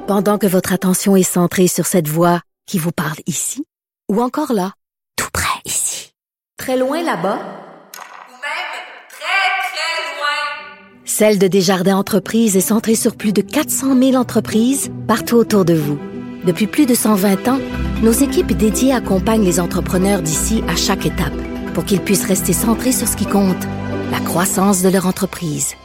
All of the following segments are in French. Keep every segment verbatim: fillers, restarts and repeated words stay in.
Pendant que votre attention est centrée sur cette voix qui vous parle ici, ou encore là, tout près ici, très loin là-bas, ou même très, très loin. Celle de Desjardins Entreprises est centrée sur plus de quatre cent mille entreprises partout autour de vous. Depuis plus de cent vingt ans, nos équipes dédiées accompagnent les entrepreneurs d'ici à chaque étape pour qu'ils puissent rester centrés sur ce qui compte, la croissance de leur entreprise.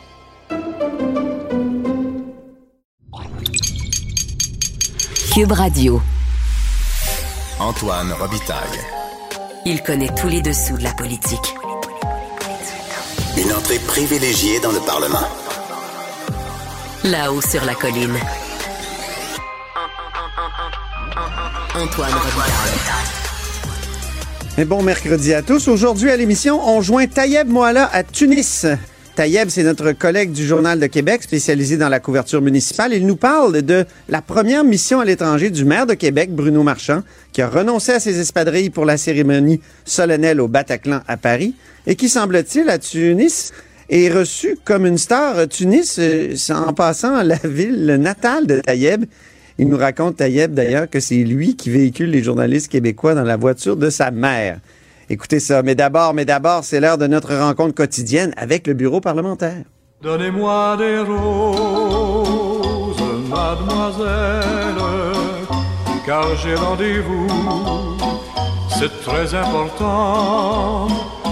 Cube Radio. Antoine Robitaille. Il connaît tous les dessous de la politique. Une entrée privilégiée dans le Parlement. Là-haut sur la colline. Antoine Robitaille. Mais bon mercredi à tous. Aujourd'hui à l'émission, on joint Tayeb Moala à Tunis. Tayeb, c'est notre collègue du Journal de Québec, spécialisé dans la couverture municipale. Il nous parle de la première mission à l'étranger du maire de Québec, Bruno Marchand, qui a renoncé à ses espadrilles pour la cérémonie solennelle au Bataclan à Paris et qui, semble-t-il, à Tunis, est reçu comme une star. Tunis, en passant la ville natale de Tayeb. Il nous raconte, Tayeb, d'ailleurs, que c'est lui qui véhicule les journalistes québécois dans la voiture de sa mère. Écoutez ça. Mais d'abord, mais d'abord, c'est l'heure de notre rencontre quotidienne avec le bureau parlementaire. Donnez-moi des roses, mademoiselle, car j'ai rendez-vous, c'est très important.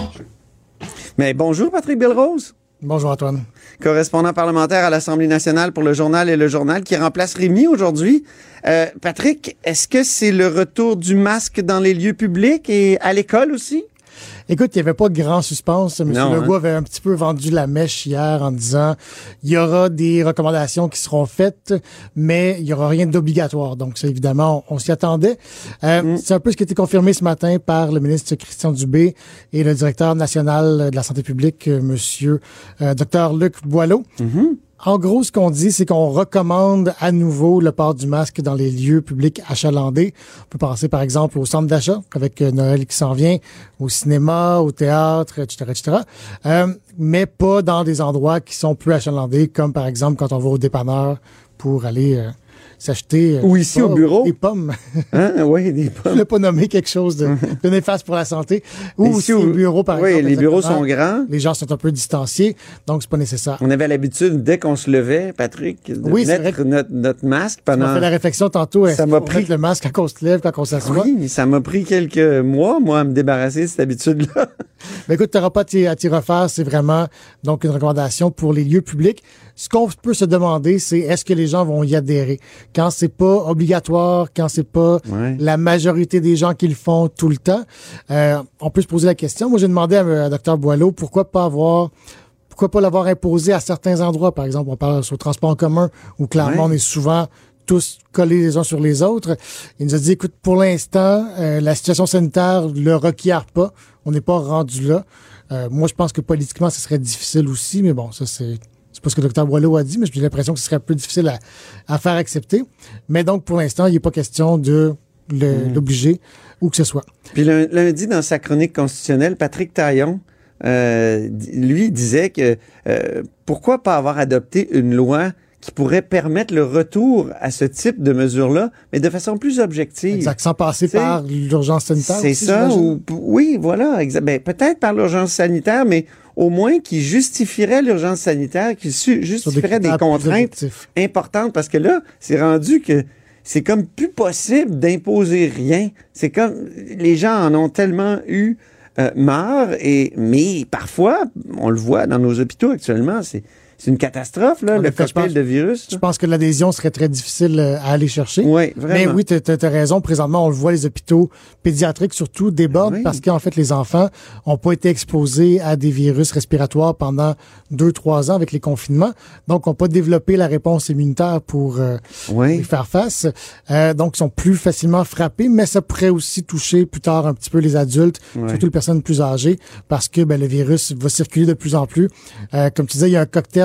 Mais bonjour, Patrick Belrose. Bonjour, Antoine. Correspondant parlementaire à l'Assemblée nationale pour le Journal et le Journal, qui remplace Rémi aujourd'hui. Euh, Patrick, est-ce que c'est le retour du masque dans les lieux publics et à l'école aussi? Écoute, il n'y avait pas de grand suspense. M. Legault hein? avait un petit peu vendu la mèche hier en disant il y aura des recommandations qui seront faites, mais il n'y aura rien d'obligatoire. Donc, ça, évidemment, on, on s'y attendait. Euh, mm. C'est un peu ce qui a été confirmé ce matin par le ministre Christian Dubé et le directeur national de la santé publique, M. Euh, Dr Luc Boileau. Mm-hmm. En gros, ce qu'on dit, c'est qu'on recommande à nouveau le port du masque dans les lieux publics achalandés. On peut penser, par exemple, au centre d'achat, avec Noël qui s'en vient, au cinéma, au théâtre, et cetera, et cetera. Euh, mais pas dans des endroits qui sont peu achalandés, comme par exemple quand on va au dépanneur pour aller euh, s'acheter... Euh, Ou ici pas, au bureau. Des pommes. Hein? Oui, des pommes. Je ne pas nommer quelque chose de, de néfaste pour la santé. Ou ici, aussi au bureau, par oui, exemple. Oui, les bureaux sont grands. Les gens sont un peu distanciés, donc c'est pas nécessaire. On avait l'habitude, dès qu'on se levait, Patrick, de oui, mettre notre, notre masque pendant... On fait la réflexion tantôt. Ça m'a pris le masque quand on se lève, quand on s'assoit. Oui, ça m'a pris quelques mois, moi, à me débarrasser de cette habitude-là. Mais écoute, tu n'auras pas à t'y refaire. C'est vraiment donc une recommandation pour les lieux publics. Ce qu'on peut se demander, c'est est-ce que les gens vont y adhérer? Quand c'est pas obligatoire, quand c'est pas ouais. la majorité des gens qui le font tout le temps, euh, on peut se poser la question. Moi, j'ai demandé à, à Dr Boileau pourquoi pas avoir... Pourquoi pas l'avoir imposé à certains endroits? Par exemple, on parle sur le transport en commun, où clairement, ouais. on est souvent tous collés les uns sur les autres. Il nous a dit, écoute, pour l'instant, euh, la situation sanitaire le requiert pas. On n'est pas rendu là. Euh, moi, je pense que politiquement, ce serait difficile aussi, mais bon, ça, c'est... C'est pas ce que le docteur Boileau a dit, mais j'ai l'impression que ce serait un peu difficile à, à faire accepter. Mais donc, pour l'instant, il n'est pas question de le, mmh. l'obliger ou que ce soit. Puis lundi, dans sa chronique constitutionnelle, Patrick Taillon, euh, lui, disait que euh, pourquoi pas avoir adopté une loi qui pourrait permettre le retour à ce type de mesures-là, mais de façon plus objective. Exact, sans passer T'sais, par l'urgence sanitaire. C'est aussi, ça, ou, oui, voilà, exact. Ben, peut-être par l'urgence sanitaire, mais au moins qui justifierait l'urgence sanitaire, qui su- justifierait des, des contraintes importantes, parce que là, c'est rendu que c'est comme plus possible d'imposer rien. C'est comme, les gens en ont tellement eu euh, marre, et, mais parfois, on le voit dans nos hôpitaux actuellement, c'est C'est une catastrophe, là, en le cocktail de virus. Je pense que l'adhésion serait très difficile à aller chercher. Oui, vraiment. Mais oui, tu as raison. Présentement, on le voit, les hôpitaux pédiatriques surtout débordent oui. parce qu'en fait, les enfants n'ont pas été exposés à des virus respiratoires pendant deux, trois ans avec les confinements. Donc, n'ont pas développé la réponse immunitaire pour euh, oui. y faire face. Euh, donc, ils sont plus facilement frappés, mais ça pourrait aussi toucher plus tard un petit peu les adultes, oui. surtout les personnes plus âgées, parce que ben, le virus va circuler de plus en plus. Euh, comme tu disais, il y a un cocktail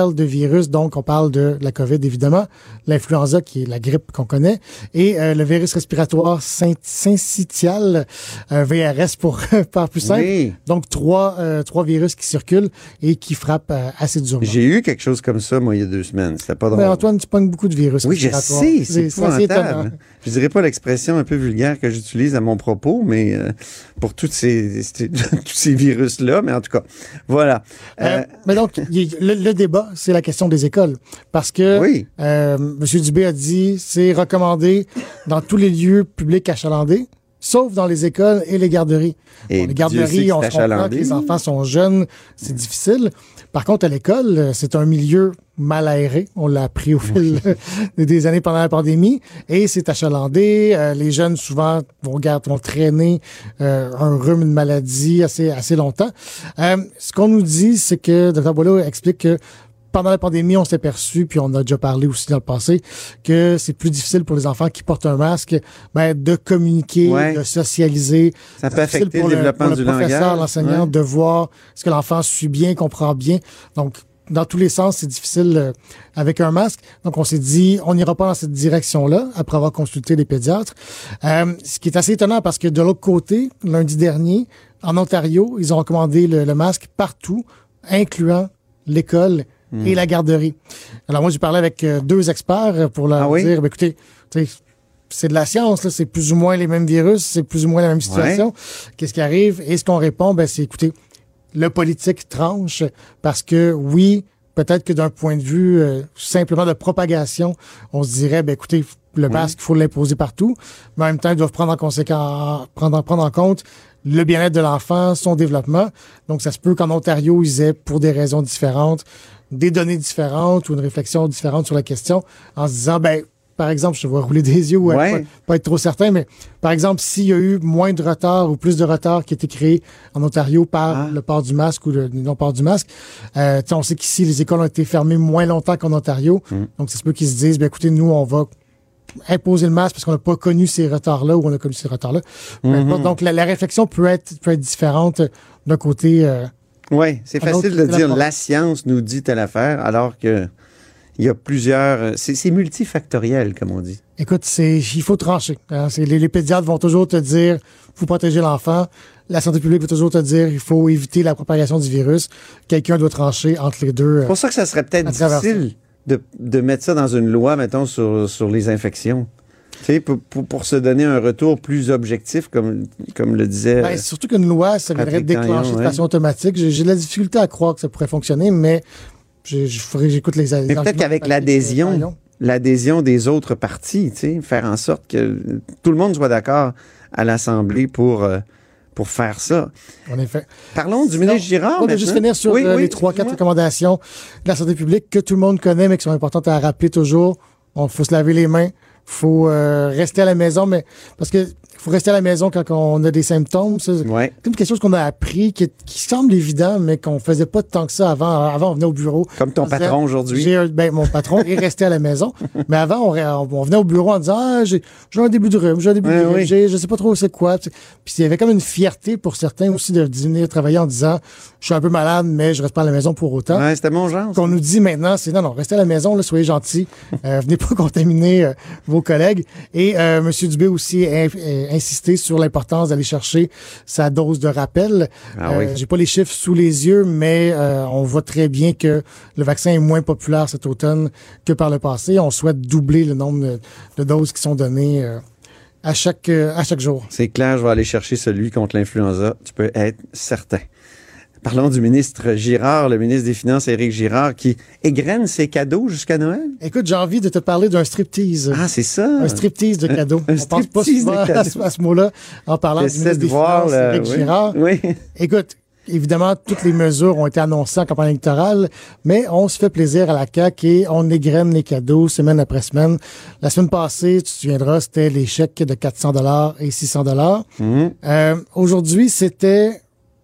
pluriel de virus. Donc, on parle de la COVID, évidemment, l'influenza, qui est la grippe qu'on connaît, et euh, le virus respiratoire syn- syncytial, euh, V R S pour par plus simple. Oui. Donc, trois, euh, trois virus qui circulent et qui frappent euh, assez durement. J'ai eu quelque chose comme ça, moi, il y a deux semaines. C'était pas drôle. Mais Antoine, tu pognes beaucoup de virus Oui, je respiratoires. sais, c'est c'est assez étonnant. épouvantable. Je dirais pas l'expression un peu vulgaire que j'utilise à mon propos, mais euh, pour toutes ces, ces- tous ces virus-là, mais en tout cas, voilà. Euh, Euh, mais donc, il y a- le, le débat, c'est la question des écoles. Parce que Oui. euh, M. Dubé a dit c'est recommandé dans tous les lieux publics achalandés, sauf dans les écoles et les garderies. Et Bon, les Dieu sait garderies, que on c'est se comprend que achalandé. les enfants sont jeunes, c'est difficile. Par contre, à l'école, euh, c'est un milieu mal aéré. On l'a appris au fil des- des années pendant la pandémie. Et c'est achalandé. Euh, les jeunes, souvent, vont, garder, vont traîner euh, un rhume, une maladie assez, assez longtemps. Euh, ce qu'on nous dit, c'est que Dr Boileau explique que pendant la pandémie, on s'est aperçu, puis on a déjà parlé aussi dans le passé, que c'est plus difficile pour les enfants qui portent un masque ben, de communiquer, Ouais. de socialiser. Ça peut C'est difficile affecter pour le développement pour du le professeur, langage. l'enseignant, Ouais. de voir ce que l'enfant suit bien, comprend bien. Donc, dans tous les sens, c'est difficile euh, avec un masque. Donc, on s'est dit, on n'ira pas dans cette direction-là, après avoir consulté les pédiatres. Euh, ce qui est assez étonnant, parce que de l'autre côté, lundi dernier, en Ontario, ils ont recommandé le, le masque partout, incluant l'école et la garderie. Alors, moi, j'ai parlé avec euh, deux experts pour leur Ah oui? dire, ben, écoutez, tu sais, c'est de la science, là, c'est plus ou moins les mêmes virus, c'est plus ou moins la même situation. Qu'est-ce qui arrive? Et ce qu'on répond, ben, c'est, écoutez, le politique tranche parce que oui, peut-être que d'un point de vue euh, simplement de propagation, on se dirait, ben écoutez, le masque, il faut l'imposer partout, mais en même temps, ils doivent prendre en conséquence, prendre, en- prendre en compte le bien-être de l'enfant, son développement. Donc, ça se peut qu'en Ontario, ils aient, pour des raisons différentes, des données différentes ou une réflexion différente sur la question, en se disant, ben par exemple, je te vois rouler des yeux ou Ouais. pas, pas être trop certain, mais par exemple, s'il y a eu moins de retard ou plus de retard qui a été créé en Ontario par Ah. le port du masque ou le non-port du masque, euh, tu sais, on sait qu'ici, les écoles ont été fermées moins longtemps qu'en Ontario. Mm. Donc, c'est ce peu qu'ils se disent, ben écoutez, nous, on va imposer le masque parce qu'on n'a pas connu ces retards-là ou on a connu ces retards-là. Peu Mm-hmm. importe. Donc, la, la réflexion peut être, peut être différente d'un côté. Euh, Oui, c'est Un autre facile de qui fait dire la la science nous dit telle affaire, alors que il y a plusieurs. euh, C'est c'est multifactoriel, comme on dit. Écoute, c'est il faut trancher. Hein. C'est, les, les pédiatres vont toujours te dire faut protéger l'enfant. La santé publique va toujours te dire il faut éviter la propagation du virus. Quelqu'un doit trancher entre les deux. C'est pour ça que ça serait peut-être à travers difficile de, de mettre ça dans une loi, mettons, sur, sur les infections. Tu sais, pour, pour, pour se donner un retour plus objectif, comme, comme le disait. Ben, surtout qu'une loi, ça viendrait Patrick déclencher Taillon, de ouais. façon automatique. J'ai, j'ai de la difficulté à croire que ça pourrait fonctionner, mais je, je ferai, j'écoute les Mais peut-être qu'avec l'adhésion, l'adhésion des autres partis, tu sais, faire en sorte que tout le monde soit d'accord à l'Assemblée pour, euh, pour faire ça. En effet. Parlons du Sinon, ministre Girard. on va juste maintenant. finir sur Oui, euh, oui, les trois, quatre excuse-moi. recommandations de la santé publique que tout le monde connaît, mais qui sont importantes à rappeler toujours. Il faut se laver les mains. Faut euh, rester à la maison, mais parce que faut rester à la maison quand on a des symptômes. Ça, c'est Ouais. comme quelque chose qu'on a appris, qui, qui semble évident, mais qu'on faisait pas tant que ça avant. Avant, on venait au bureau. Comme ton On disait, patron aujourd'hui. J'ai un- ben, mon patron est resté à la maison. Mais avant, on, on, on venait au bureau en disant ah, j'ai, j'ai un début de rhume, j'ai un début Ouais, de rhume, oui. j'ai, je sais pas trop c'est quoi. Puis il y avait comme une fierté pour certains aussi de venir travailler en disant je suis un peu malade, mais je reste pas à la maison pour autant. Ouais, c'était mon genre. Ce qu'on nous dit maintenant, c'est non, non, restez à la maison, là, soyez gentils, euh, venez pas contaminer euh, vos collègues. Et euh, M. Dubé aussi a euh, insisté sur l'importance d'aller chercher sa dose de rappel. Ah Euh, oui. J'ai pas les chiffres sous les yeux, mais euh, on voit très bien que le vaccin est moins populaire cet automne que par le passé. On souhaite doubler le nombre de, de doses qui sont données euh, à chaque euh, à chaque jour. C'est clair, je vais aller chercher celui contre l'influenza. Tu peux être certain. Parlons du ministre Girard, le ministre des Finances, Éric Girard, qui égrène ses cadeaux jusqu'à Noël. Écoute, j'ai envie de te parler d'un striptease. Ah, c'est ça. Un striptease de cadeaux. un On pense pas striptease de souvent à, cadeaux. ce- à ce mot-là en parlant du J'essaie ministre de des voir. Finances, là, Éric oui. Girard. Oui. Écoute, évidemment, toutes les mesures ont été annoncées en campagne électorale, mais on se fait plaisir à la C A Q et on égrène les cadeaux semaine après semaine. La semaine passée, tu te souviendras, c'était les chèques de quatre cents dollars et six cents dollars. Mhm. Euh, aujourd'hui, c'était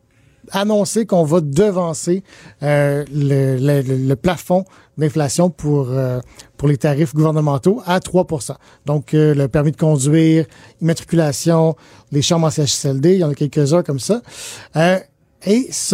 annoncé qu'on va devancer euh, le, le, le- le plafond d'inflation pour euh, pour les tarifs gouvernementaux à trois pour cent. Donc, euh, le permis de conduire, immatriculation, les chambres en C H S L D, il y en a quelques-uns comme ça. Euh, et ça,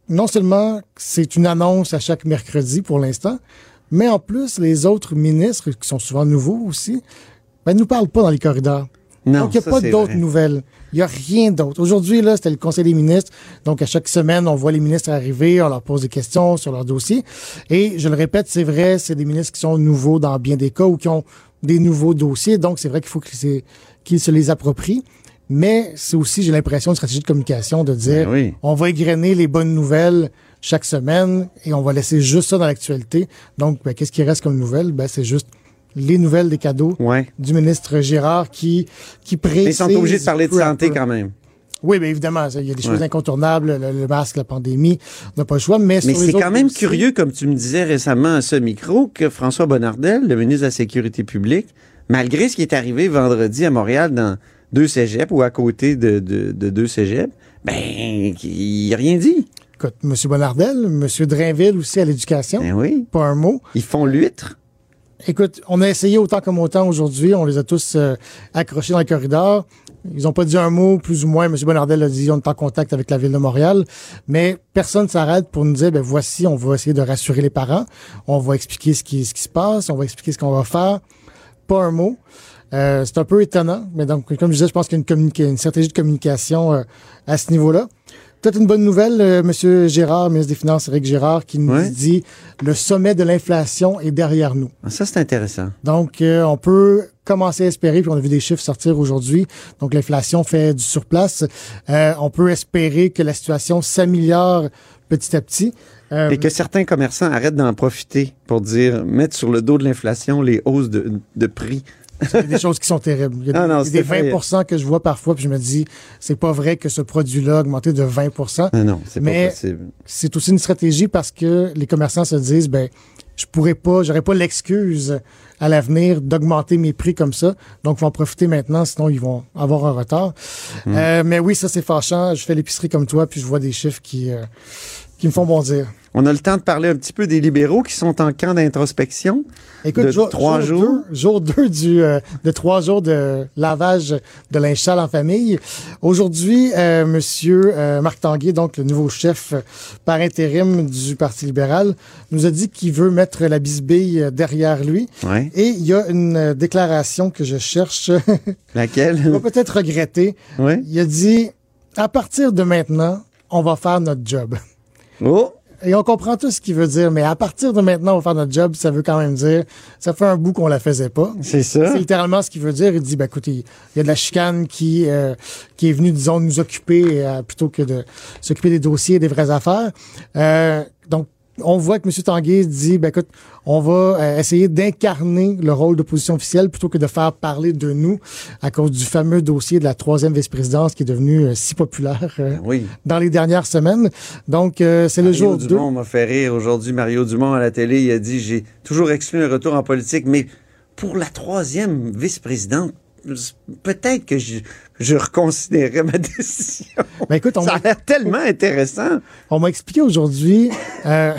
non seulement c'est une annonce à chaque mercredi pour l'instant, mais en plus, les autres ministres, qui sont souvent nouveaux aussi, ben, ne nous parlent pas dans les corridors. Non, donc, il n'y a ça, pas c'est d'autres vrai. nouvelles. Il n'y a rien d'autre. Aujourd'hui, là, c'était le Conseil des ministres. Donc, à chaque semaine, on voit les ministres arriver, on leur pose des questions sur leur dossier. Et je le répète, c'est vrai, c'est des ministres qui sont nouveaux dans bien des cas ou qui ont des nouveaux dossiers. Donc, c'est vrai qu'il faut qu'ils, qu'ils se les approprient. Mais c'est aussi, j'ai l'impression, une stratégie de communication de dire, Ben oui. on va égrener les bonnes nouvelles chaque semaine et on va laisser juste ça dans l'actualité. Donc, ben, qu'est-ce qui reste comme nouvelles? Ben, c'est juste les nouvelles des cadeaux Ouais. du ministre Girard qui, qui précise... Mais ils sont obligés de parler de peu à santé peu. quand même. Oui, bien évidemment, il y a des choses Ouais. incontournables, le, le masque, la pandémie, on n'a pas le choix, mais, Mais sur les c'est autres quand même dossiers- curieux, comme tu me disais récemment à ce micro, que François Bonnardel, le ministre de la Sécurité publique, malgré ce qui est arrivé vendredi à Montréal dans deux cégeps ou à côté de, de, de deux cégeps, ben, il n'a rien dit. Écoute, M. Bonnardel, M. Drainville aussi à l'éducation, Ben oui. pas un mot. Ils font l'huître. Écoute, on a essayé autant comme autant aujourd'hui. On les a tous euh, accrochés dans le corridor. Ils n'ont pas dit un mot, plus ou moins. M. Bonnardel a dit on est en contact avec la Ville de Montréal. Mais personne ne s'arrête pour nous dire, ben voici, on va essayer de rassurer les parents. On va expliquer ce qui, ce qui se passe. On va expliquer ce qu'on va faire. Pas un mot. Euh, c'est un peu étonnant. Mais donc, comme je disais, je pense qu'il y a une, communica- une stratégie de communication euh, à ce niveau-là. Peut-être une bonne nouvelle, euh, M. Girard, ministre des Finances, Éric Girard, qui nous Ouais. dit le sommet de l'inflation est derrière nous. Ah, ça, c'est intéressant. Donc, euh, on peut commencer à espérer, puis on a vu des chiffres sortir aujourd'hui, donc l'inflation fait du surplace. Euh, on peut espérer que la situation s'améliore petit à petit. Euh, Et que certains commerçants arrêtent d'en profiter pour dire, mettre sur le dos de l'inflation les hausses de, de prix. Il y a des choses qui sont terribles. Il y a Ah des, non, des c'est vingt pour cent que je vois parfois, puis je me dis, c'est pas vrai que ce produit-là a augmenté de vingt pour cent. Non, non, c'est Mais pas possible. c'est aussi une stratégie parce que les commerçants se disent, ben, je pourrais pas, j'aurais pas l'excuse à l'avenir d'augmenter mes prix comme ça. Donc, ils vont en profiter maintenant, sinon ils vont avoir un retard. Mmh. Euh, mais oui, ça, c'est fâchant. Je fais l'épicerie comme toi, puis je vois des chiffres qui, euh, qui me font bondir. On a le temps de parler un petit peu des libéraux qui sont en camp d'introspection. Écoute, de jour, trois jour jours. deux, jour deux du, euh, de trois jours de lavage de linge sale en famille. Aujourd'hui, euh, Monsieur euh, Marc Tanguay, donc le nouveau chef euh, par intérim du Parti libéral, nous a dit qu'il veut mettre la bisbille euh, derrière lui. Ouais. Et il y a une euh, déclaration que je cherche, Laquelle? on va peut-être regretter. Ouais. Il a dit, à partir de maintenant, on va faire notre job. Oh! Et on comprend tout ce qu'il veut dire, mais à partir de maintenant, on va faire notre job, ça veut quand même dire, ça fait un bout qu'on la faisait pas. C'est ça. C'est littéralement ce qu'il veut dire. Il dit, ben écoutez, il y a de la chicane qui euh, qui est venue, disons, nous occuper euh, plutôt que de s'occuper des dossiers et des vraies affaires. Euh, donc, on voit que M. Tanguay dit, ben écoute, on va euh, essayer d'incarner le rôle d'opposition officielle plutôt que de faire parler de nous à cause du fameux dossier de la troisième vice-présidence qui est devenu euh, si populaire euh, Oui. dans les dernières semaines. Donc, euh, c'est le Mario jour deux. Dumont m'a fait rire aujourd'hui. Mario Dumont à la télé, il a dit, j'ai toujours exclu un retour en politique, mais pour la troisième vice-présidente, peut-être que je, je reconsidérerais ma décision. Ben écoute, on Ça a m'a- l'air tellement intéressant. On m'a expliqué aujourd'hui euh,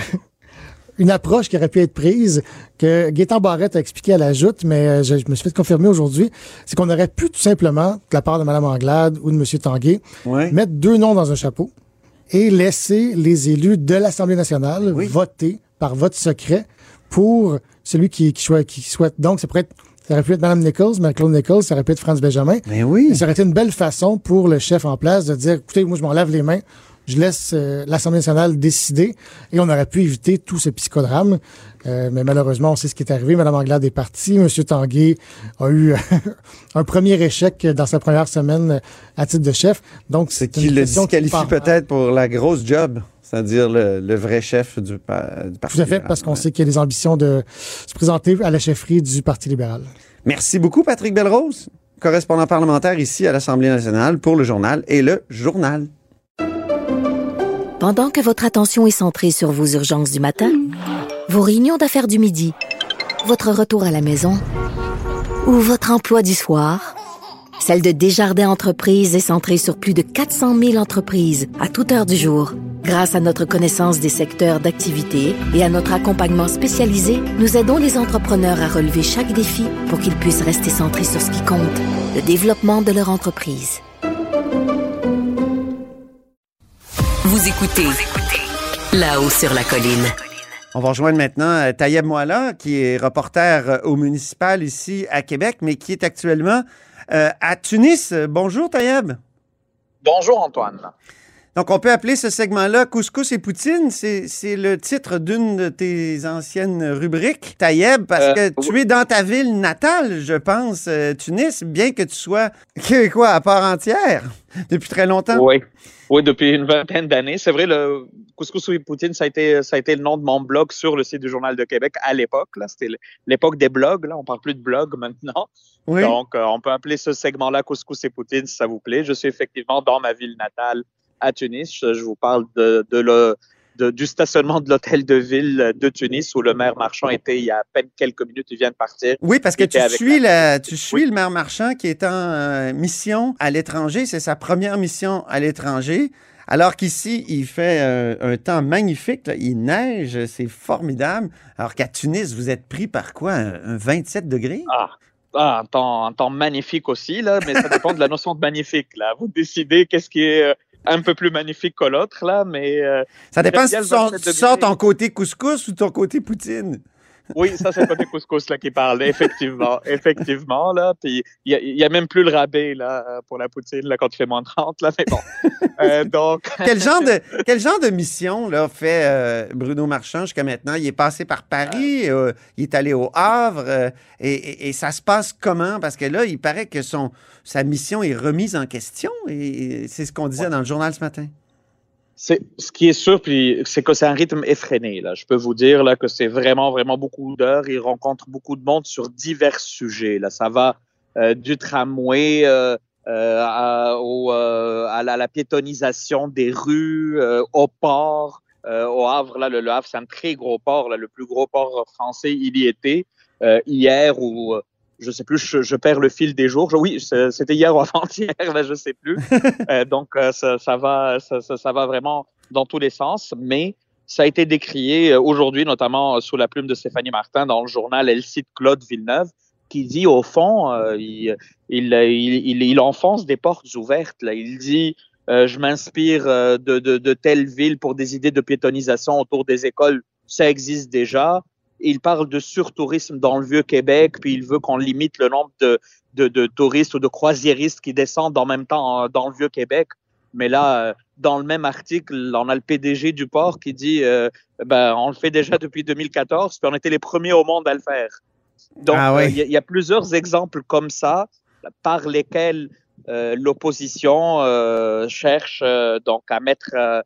une approche qui aurait pu être prise, que Gaétan Barrette a expliqué à la joute, mais euh, je, je me suis fait confirmer aujourd'hui, c'est qu'on aurait pu tout simplement, de la part de Mme Anglade ou de M. Tanguay, Ouais. mettre deux noms dans un chapeau et laisser les élus de l'Assemblée nationale Oui. voter par vote secret pour celui qui, qui, souhaite, qui souhaite. Donc, ça pourrait être, ça aurait pu être Mme Nichols, Mme Claude Nichols, ça aurait pu être Franz Benjamin. Mais oui. Et ça aurait été une belle façon pour le chef en place de dire, écoutez, moi, je m'en lave les mains, je laisse euh, l'Assemblée nationale décider, et on aurait pu éviter tout ce psychodrame. Euh, mais malheureusement, on sait ce qui est arrivé. Mme Anglade est partie. M. Tanguay a eu un premier échec dans sa première semaine à titre de chef. Donc, Ce c'est qui une le question qui disqualifie part- peut-être pour la grosse job, c'est-à-dire le, le vrai chef du, pa- du Parti Tout à fait, libéral. parce qu'on Ouais. sait qu'il y a des ambitions de se présenter à la chefferie du Parti libéral. Merci beaucoup, Patrick Belrose, correspondant parlementaire ici à l'Assemblée nationale pour le journal et le journal. Pendant que votre attention est centrée sur vos urgences du matin, vos réunions d'affaires du midi, votre retour à la maison ou votre emploi du soir, celle de Desjardins Entreprises est centrée sur plus de quatre cent mille entreprises à toute heure du jour. Grâce à notre connaissance des secteurs d'activité et à notre accompagnement spécialisé, nous aidons les entrepreneurs à relever chaque défi pour qu'ils puissent rester centrés sur ce qui compte, le développement de leur entreprise. Vous écoutez Là-haut sur la colline. On va rejoindre maintenant Tayeb Moala, qui est reporter au municipal ici à Québec, mais qui est actuellement euh, à Tunis. Bonjour Tayeb. Bonjour Antoine. Donc, on peut appeler ce segment-là « Couscous et Poutine ». C'est, c'est le titre d'une de tes anciennes rubriques, Tayeb, parce euh, que tu oui. es dans ta ville natale, je pense, euh, Tunis, bien que tu sois québécois à part entière depuis très longtemps. Oui, oui, depuis une vingtaine d'années. C'est vrai, le Couscous et Poutine, ça a été, ça a été le nom de mon blog sur le site du Journal de Québec à l'époque. Là, c'était l'époque des blogs. Là, on parle plus de blog maintenant. Oui. Donc, euh, on peut appeler ce segment-là Couscous et Poutine, si ça vous plaît. Je suis effectivement dans ma ville natale, à Tunis. Je vous parle de, de le, de, du stationnement de l'hôtel de ville de Tunis où le maire Marchand était il y a à peine quelques minutes. Il vient de partir. Oui, parce que tu suis, la, tu suis oui. le maire Marchand qui est en euh, mission à l'étranger. C'est sa première mission à l'étranger. Alors qu'ici, il fait euh, un temps magnifique. Là. Il neige, c'est formidable. Alors qu'à Tunis, vous êtes pris par quoi? Un, un vingt-sept degrés? Ah. Ah, un temps, un temps magnifique aussi, là, mais ça dépend de la notion de magnifique. Là. Vous décidez qu'est-ce qui est... Euh, un peu plus magnifique que l'autre, là, mais... Euh, ça dépend si tu sors, tu sors ton côté couscous ou ton côté poutine. Oui, ça, c'est le côté couscous, là, qui parle, effectivement, effectivement, là, puis il y a, y a même plus le rabais, là, pour la poutine, là, quand tu fais moins trente, là, mais bon. euh, donc... quel genre de, quel genre de mission, là, fait euh, Bruno Marchand jusqu'à maintenant? Il est passé par Paris, euh, il est allé au Havre, euh, et, et, et ça se passe comment? Parce que là, il paraît que son, sa mission est remise en question, et, et c'est ce qu'on disait ouais. dans le journal ce matin. C'est, ce qui est sûr, puis c'est que c'est un rythme effréné. Là. Je peux vous dire là, que c'est vraiment, vraiment beaucoup d'heures. Il rencontre beaucoup de monde sur divers sujets. Là. Ça va euh, du tramway euh, euh, à, au, euh, à, la, à la piétonisation des rues, euh, au port. Euh, au Havre, là, le, le Havre, c'est un très gros port, là, le plus gros port français. Il y était euh, hier ou... Je sais plus, je, je perds le fil des jours. Oui, c'était hier ou avant-hier, là, je sais plus. euh, donc, euh, ça, ça va, ça, ça, ça va vraiment dans tous les sens. Mais ça a été décrié aujourd'hui, notamment sous la plume de Stéphanie Martin dans le journal. Elle cite Claude Villeneuve, qui dit au fond, euh, il, il, il, il enfonce des portes ouvertes. Là. Il dit, euh, je m'inspire de, de, de telle ville pour des idées de piétonisation autour des écoles. Ça existe déjà. Il parle de surtourisme dans le Vieux-Québec, puis il veut qu'on limite le nombre de, de, de touristes ou de croisiéristes qui descendent en même temps dans le Vieux-Québec. Mais là, dans le même article, on a le P D G du port qui dit euh, ben, on le fait déjà depuis deux mille quatorze, puis on était les premiers au monde à le faire. Donc, il ah ouais. euh, y, y a plusieurs exemples comme ça par lesquels euh, l'opposition euh, cherche euh, donc à mettre... Euh,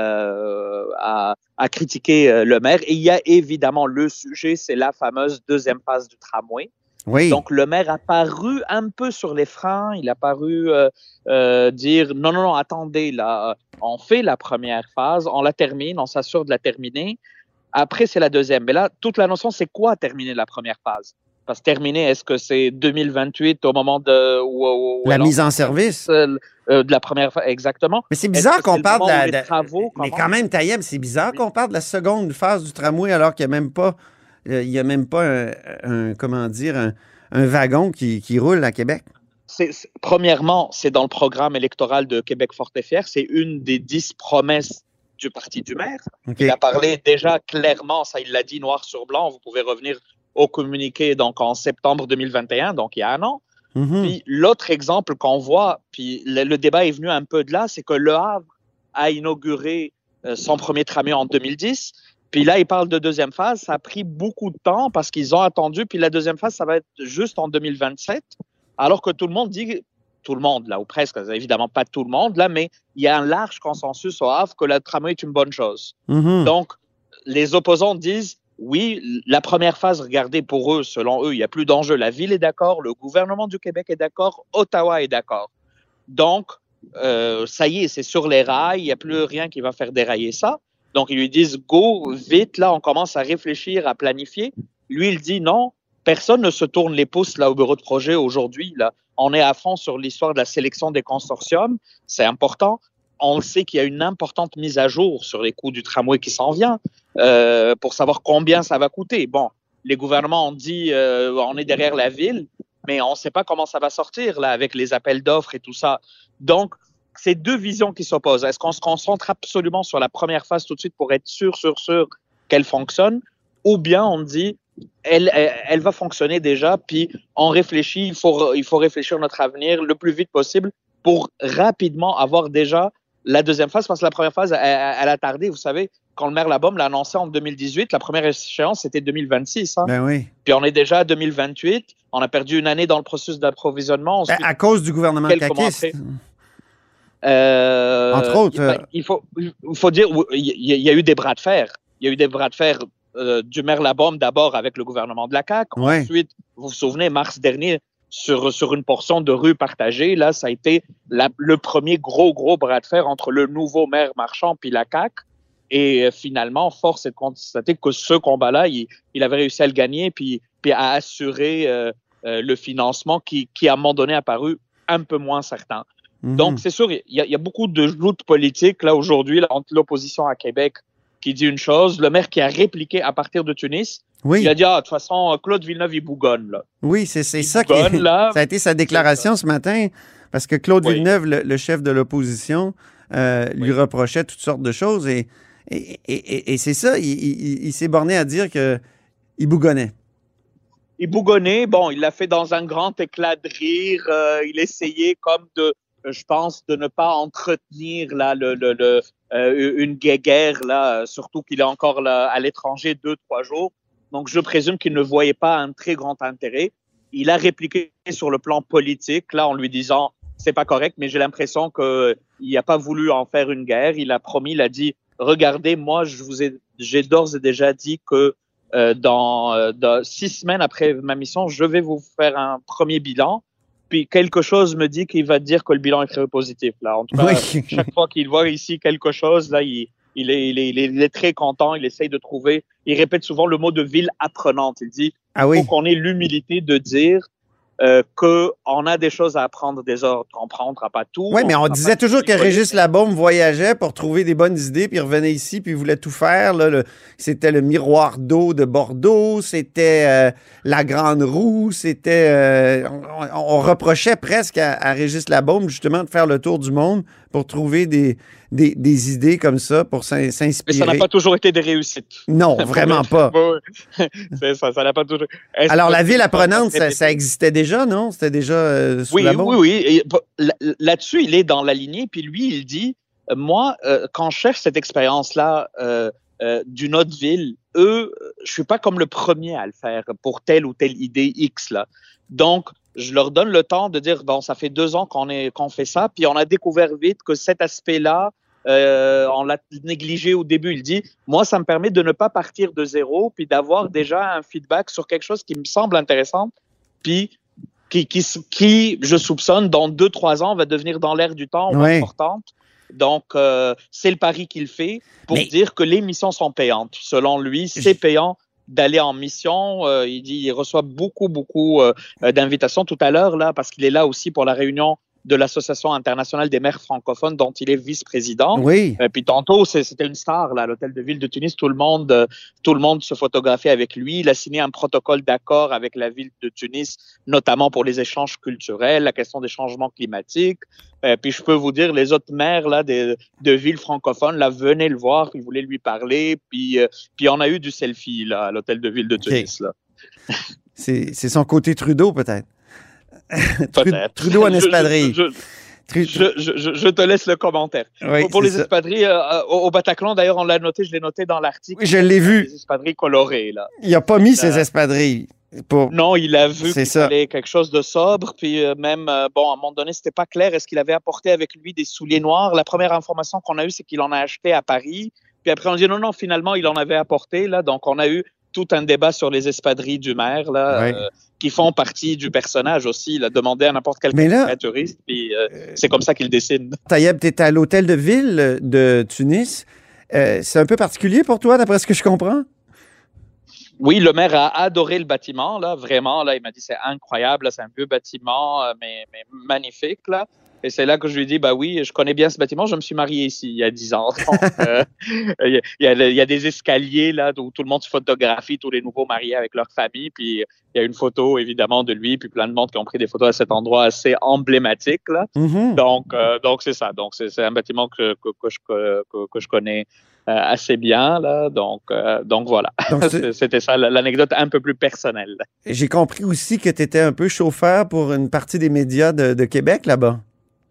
Euh, à, à critiquer euh, le maire. Et il y a évidemment le sujet, c'est la fameuse deuxième phase du tramway. Oui. Donc, le maire a paru un peu sur les freins. Il a paru euh, euh, dire non, non, non, attendez, là, on fait la première phase, on la termine, on s'assure de la terminer. Après, c'est la deuxième. Mais là, toute la notion, c'est quoi terminer la première phase? Parce que terminer, est-ce que c'est deux mille vingt-huit au moment de... Où, où la mise en service? Euh, de la première phase, exactement. Mais c'est bizarre qu'on parle de la... De, travaux, mais quand même, Tayeb, c'est bizarre oui. qu'on parle de la seconde phase du tramway alors qu'il n'y a même pas, euh, il y a même pas un, un comment dire, un, un wagon qui, qui roule à Québec. C'est, c'est, premièrement, c'est dans le programme électoral de Québec fort et fier. C'est une des dix promesses du parti du maire. Okay. Il a parlé déjà clairement, ça il l'a dit noir sur blanc, vous pouvez revenir au communiqué donc en septembre deux mille vingt et un, donc il y a un an. Mm-hmm. Puis l'autre exemple qu'on voit, puis le, le débat est venu un peu de là, c'est que Le Havre a inauguré euh, son premier tramway en deux mille dix. Puis là, il parle de deuxième phase. Ça a pris beaucoup de temps parce qu'ils ont attendu. Puis la deuxième phase, ça va être juste en deux mille vingt-sept. Alors que tout le monde dit, tout le monde là, ou presque, évidemment pas tout le monde là, mais il y a un large consensus au Havre que le tramway est une bonne chose. Mm-hmm. Donc, les opposants disent, oui, la première phase, regardez, pour eux, selon eux, il n'y a plus d'enjeu. La ville est d'accord, le gouvernement du Québec est d'accord, Ottawa est d'accord. Donc, euh, ça y est, c'est sur les rails, il n'y a plus rien qui va faire dérailler ça. Donc, ils lui disent, go, vite, là, on commence à réfléchir, à planifier. Lui, il dit, non, personne ne se tourne les pouces là au bureau de projet aujourd'hui. Là, on est à fond sur l'histoire de la sélection des consortiums, c'est important. On le sait qu'il y a une importante mise à jour sur les coûts du tramway qui s'en vient euh, pour savoir combien ça va coûter. Bon, les gouvernements ont dit euh, on est derrière la ville, mais on ne sait pas comment ça va sortir là avec les appels d'offres et tout ça. Donc, c'est deux visions qui s'opposent. Est-ce qu'on se concentre absolument sur la première phase tout de suite pour être sûr, sûr, sûr qu'elle fonctionne, ou bien on dit elle, elle, elle va fonctionner déjà, puis on réfléchit, il faut, il faut réfléchir notre avenir le plus vite possible pour rapidement avoir déjà la deuxième phase, parce que la première phase, elle, elle a tardé. Vous savez, quand le maire Labaume l'a annoncé en deux mille dix-huit, la première échéance, c'était deux mille vingt-six. Hein? Ben oui. Puis on est déjà à deux mille vingt-huit. On a perdu une année dans le processus d'approvisionnement. Ben, à cause du gouvernement caquiste. Euh, Entre autres. Ben, il, faut, il faut dire, il y, il y a eu des bras de fer. Il y a eu des bras de fer euh, du maire Labaume d'abord avec le gouvernement de la C A Q. Ouais. Ensuite, vous vous souvenez, mars dernier, sur, sur une portion de rue partagée, là, ça a été la, le premier gros, gros bras de fer entre le nouveau maire Marchand puis la C A Q. Et euh, finalement, force est de constater que ce combat-là, il, il avait réussi à le gagner puis, puis à assurer euh, euh, le financement qui, qui, à un moment donné, a paru un peu moins certain. Mm-hmm. Donc, c'est sûr, il y, a, il y a beaucoup de joutes politiques, là, aujourd'hui, là, entre l'opposition à Québec qui dit une chose, le maire qui a répliqué à partir de Tunis, oui. Il a dit, ah, de toute façon, Claude Villeneuve, il bougonne, là. Oui, c'est, c'est ça qui bougonne, est, là. Ça a été sa déclaration ce matin, parce que Claude oui. Villeneuve, le, le chef de l'opposition, euh, oui. lui reprochait toutes sortes de choses, et, et, et, et c'est ça, il, il, il s'est borné à dire qu'il bougonnait. Il bougonnait, bon, il l'a fait dans un grand éclat de rire, euh, il essayait comme de, je pense, de ne pas entretenir, là, le, le, le, euh, une guéguerre, là, surtout qu'il est encore là, à l'étranger deux, trois jours. Donc, je présume qu'il ne voyait pas un très grand intérêt. Il a répliqué sur le plan politique, là, en lui disant, c'est pas correct, mais j'ai l'impression qu'il n'a pas voulu en faire une guerre. Il a promis, il a dit, regardez, moi, je vous ai, j'ai d'ores et déjà dit que euh, dans, euh, dans six semaines après ma mission, je vais vous faire un premier bilan. Puis quelque chose me dit qu'il va dire que le bilan est très positif. Là, en tout cas, oui. Chaque fois qu'il voit ici quelque chose, là, il Il est, il, est, il est très content, il essaye de trouver, il répète souvent le mot de ville apprenante. Il dit ah oui. Il faut qu'on ait l'humilité de dire euh, qu'on a des choses à apprendre des autres. On ne prendra pas tout. Oui, mais on, on disait toujours que Régis Labaume voyageait pour trouver des bonnes idées, puis il revenait ici, puis il voulait tout faire. Là, le, c'était le miroir d'eau de Bordeaux, c'était euh, la Grande Roue, c'était... Euh, on, on reprochait presque à, à Régis Labaume, justement, de faire le tour du monde pour trouver des... Des, des idées comme ça pour s'inspirer. Mais ça n'a pas toujours été des réussites. Non, vraiment pas. C'est ça, ça n'a pas toujours... Est-ce Alors, la ville apprenante, ça, ça existait déjà, non? C'était déjà euh, sous oui, la bombe? Oui, oui, oui. Là-dessus, il est dans la lignée. Puis lui, il dit, moi, euh, quand je cherche cette expérience-là euh, euh, d'une autre ville, eux, je suis pas comme le premier à le faire pour telle ou telle idée X, là. Donc, je leur donne le temps de dire, bon, ça fait deux ans qu'on, est, qu'on fait ça, puis on a découvert vite que cet aspect-là, euh, on l'a négligé au début. Il dit, moi, ça me permet de ne pas partir de zéro, puis d'avoir déjà un feedback sur quelque chose qui me semble intéressant, puis qui, qui, qui je soupçonne, dans deux, trois ans, va devenir dans l'air du temps oui. importante. Donc, euh, c'est le pari qu'il fait pour Mais... dire que les missions sont payantes. Selon lui, c'est payant d'aller en mission. Euh, il dit, il reçoit beaucoup, beaucoup euh, d'invitations tout à l'heure, là, parce qu'il est là aussi pour la réunion de l'Association internationale des maires francophones dont il est vice-président. Oui. Et puis tantôt, c'est, c'était une star, là, à l'hôtel de ville de Tunis. Tout le monde, euh, tout le monde se photographiait avec lui. Il a signé un protocole d'accord avec la ville de Tunis, notamment pour les échanges culturels, la question des changements climatiques. Et puis je peux vous dire, les autres maires là, de, de villes francophones là, venaient le voir, ils voulaient lui parler. Puis, euh, puis on a eu du selfie là, à l'hôtel de ville de Tunis. Okay. Là. C'est, c'est son côté Trudeau, peut-être. Peut-être. Trudeau en espadrille. Je, je, je, je, je, je te laisse le commentaire. Oui, pour pour les ça. espadrilles, euh, au, au Bataclan, d'ailleurs, on l'a noté, je l'ai noté dans l'article. Oui, je l'ai vu. Les espadrilles colorées, là. Il n'a pas mis là, ses espadrilles. Pour... Non, il a vu c'est qu'il ça. fallait quelque chose de sobre, puis euh, même, euh, bon, à un moment donné, c'était pas clair, est-ce qu'il avait apporté avec lui des souliers noirs? La première information qu'on a eue, c'est qu'il en a acheté à Paris. Puis après, on dit non, non, finalement, il en avait apporté, là. Donc, on a eu tout un débat sur les espadrilles du maire, là, ouais. euh, qui font partie du personnage aussi. Il a demandé à n'importe quel caricaturiste, puis euh, euh, c'est comme ça qu'il dessine. Tayeb, tu étais à l'hôtel de ville de Tunis. Euh, c'est un peu particulier pour toi, d'après ce que je comprends? Oui, le maire a adoré le bâtiment, là, vraiment. Là, il m'a dit c'est incroyable, là, c'est un vieux bâtiment, euh, mais, mais magnifique, là. Et c'est là que je lui dis, bah oui, je connais bien ce bâtiment, je me suis marié ici il y a dix ans. Donc, euh, il, y a, il y a des escaliers là où tout le monde se photographie, tous les nouveaux mariés avec leur famille. Puis il y a une photo évidemment de lui, puis plein de monde qui ont pris des photos à cet endroit assez emblématique là. Mm-hmm. Donc, euh, donc c'est ça. Donc c'est, c'est un bâtiment que, que, que, je, que, que je connais euh, assez bien là. Donc, euh, donc voilà. Donc c'était ça l'anecdote un peu plus personnelle. J'ai compris aussi que tu étais un peu chauffeur pour une partie des médias de, de Québec là-bas.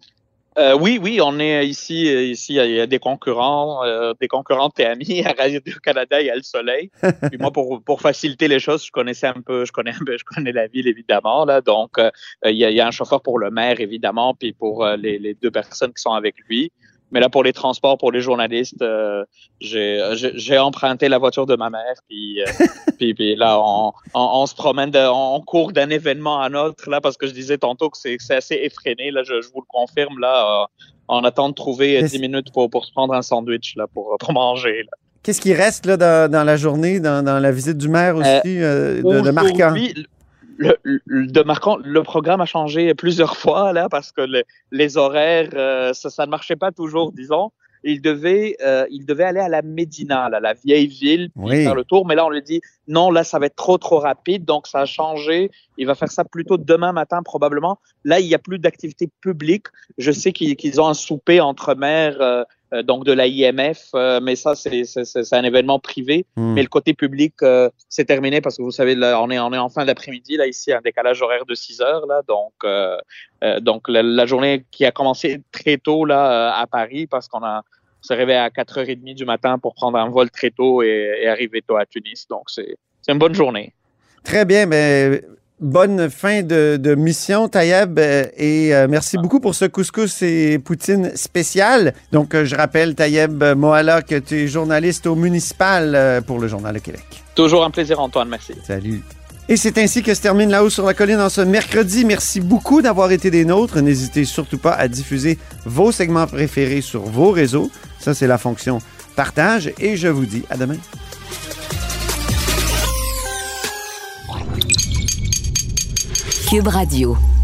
Euh, oui, oui, on est ici. Ici, il y a des concurrents, euh, des concurrents T M I à Radio-Canada, il y a Le Soleil. Puis moi, pour pour faciliter les choses, je connaissais un peu, je connais un peu, je connais la ville évidemment là. Donc, euh, il y a, il y a un chauffeur pour le maire évidemment, puis pour euh, les, les deux personnes qui sont avec lui. Mais là, pour les transports, pour les journalistes, euh, j'ai, j'ai, j'ai emprunté la voiture de ma mère. Puis, euh, puis, puis là, on, on, on se promène, de, on court d'un événement à un autre, là, parce que je disais tantôt que c'est, c'est assez effréné. Là, je, je vous le confirme. Là, euh, on attend de trouver dix minutes pour, pour se prendre un sandwich là, pour, pour manger. Là. Qu'est-ce qui reste là, dans, dans la journée, dans, dans la visite du maire aussi, euh, de, de marquant? Le, le, de marquant, le programme a changé plusieurs fois là parce que le, les horaires, euh, ça, ça ne marchait pas toujours, disons. Il devait, euh, il devait aller à la Médina, là, la vieille ville, puis oui. faire le tour. Mais là, on lui dit non, là, ça va être trop, trop rapide. Donc, ça a changé. Il va faire ça plutôt demain matin, probablement. Là, il n'y a plus d'activité publique. Je sais qu'ils, qu'ils ont un souper entre maires, euh, euh, donc de la I M F, euh, mais ça, c'est, c'est, c'est un événement privé. Mmh. Mais le côté public, euh, c'est terminé parce que vous savez, là, on est, on est en fin d'après-midi, là, ici, un décalage horaire de six heures, là. Donc, euh, euh, donc la, la journée qui a commencé très tôt, là, à Paris, parce qu'on a, on s'est réveillé à quatre heures trente du matin pour prendre un vol très tôt et, et arriver tôt à Tunis. Donc, c'est, c'est une bonne journée. Très bien. Mais bonne fin de, de mission, Taïeb. Et euh, merci ah. beaucoup pour ce couscous et poutine spécial. Donc, euh, je rappelle, Taïeb Moala, que tu es journaliste au municipal euh, pour le Journal de Québec. Toujours un plaisir, Antoine. Merci. Salut. Et c'est ainsi que se termine La Haut sur la Colline en ce mercredi. Merci beaucoup d'avoir été des nôtres. N'hésitez surtout pas à diffuser vos segments préférés sur vos réseaux. Ça, c'est la fonction partage. Et je vous dis à demain. Cube Radio.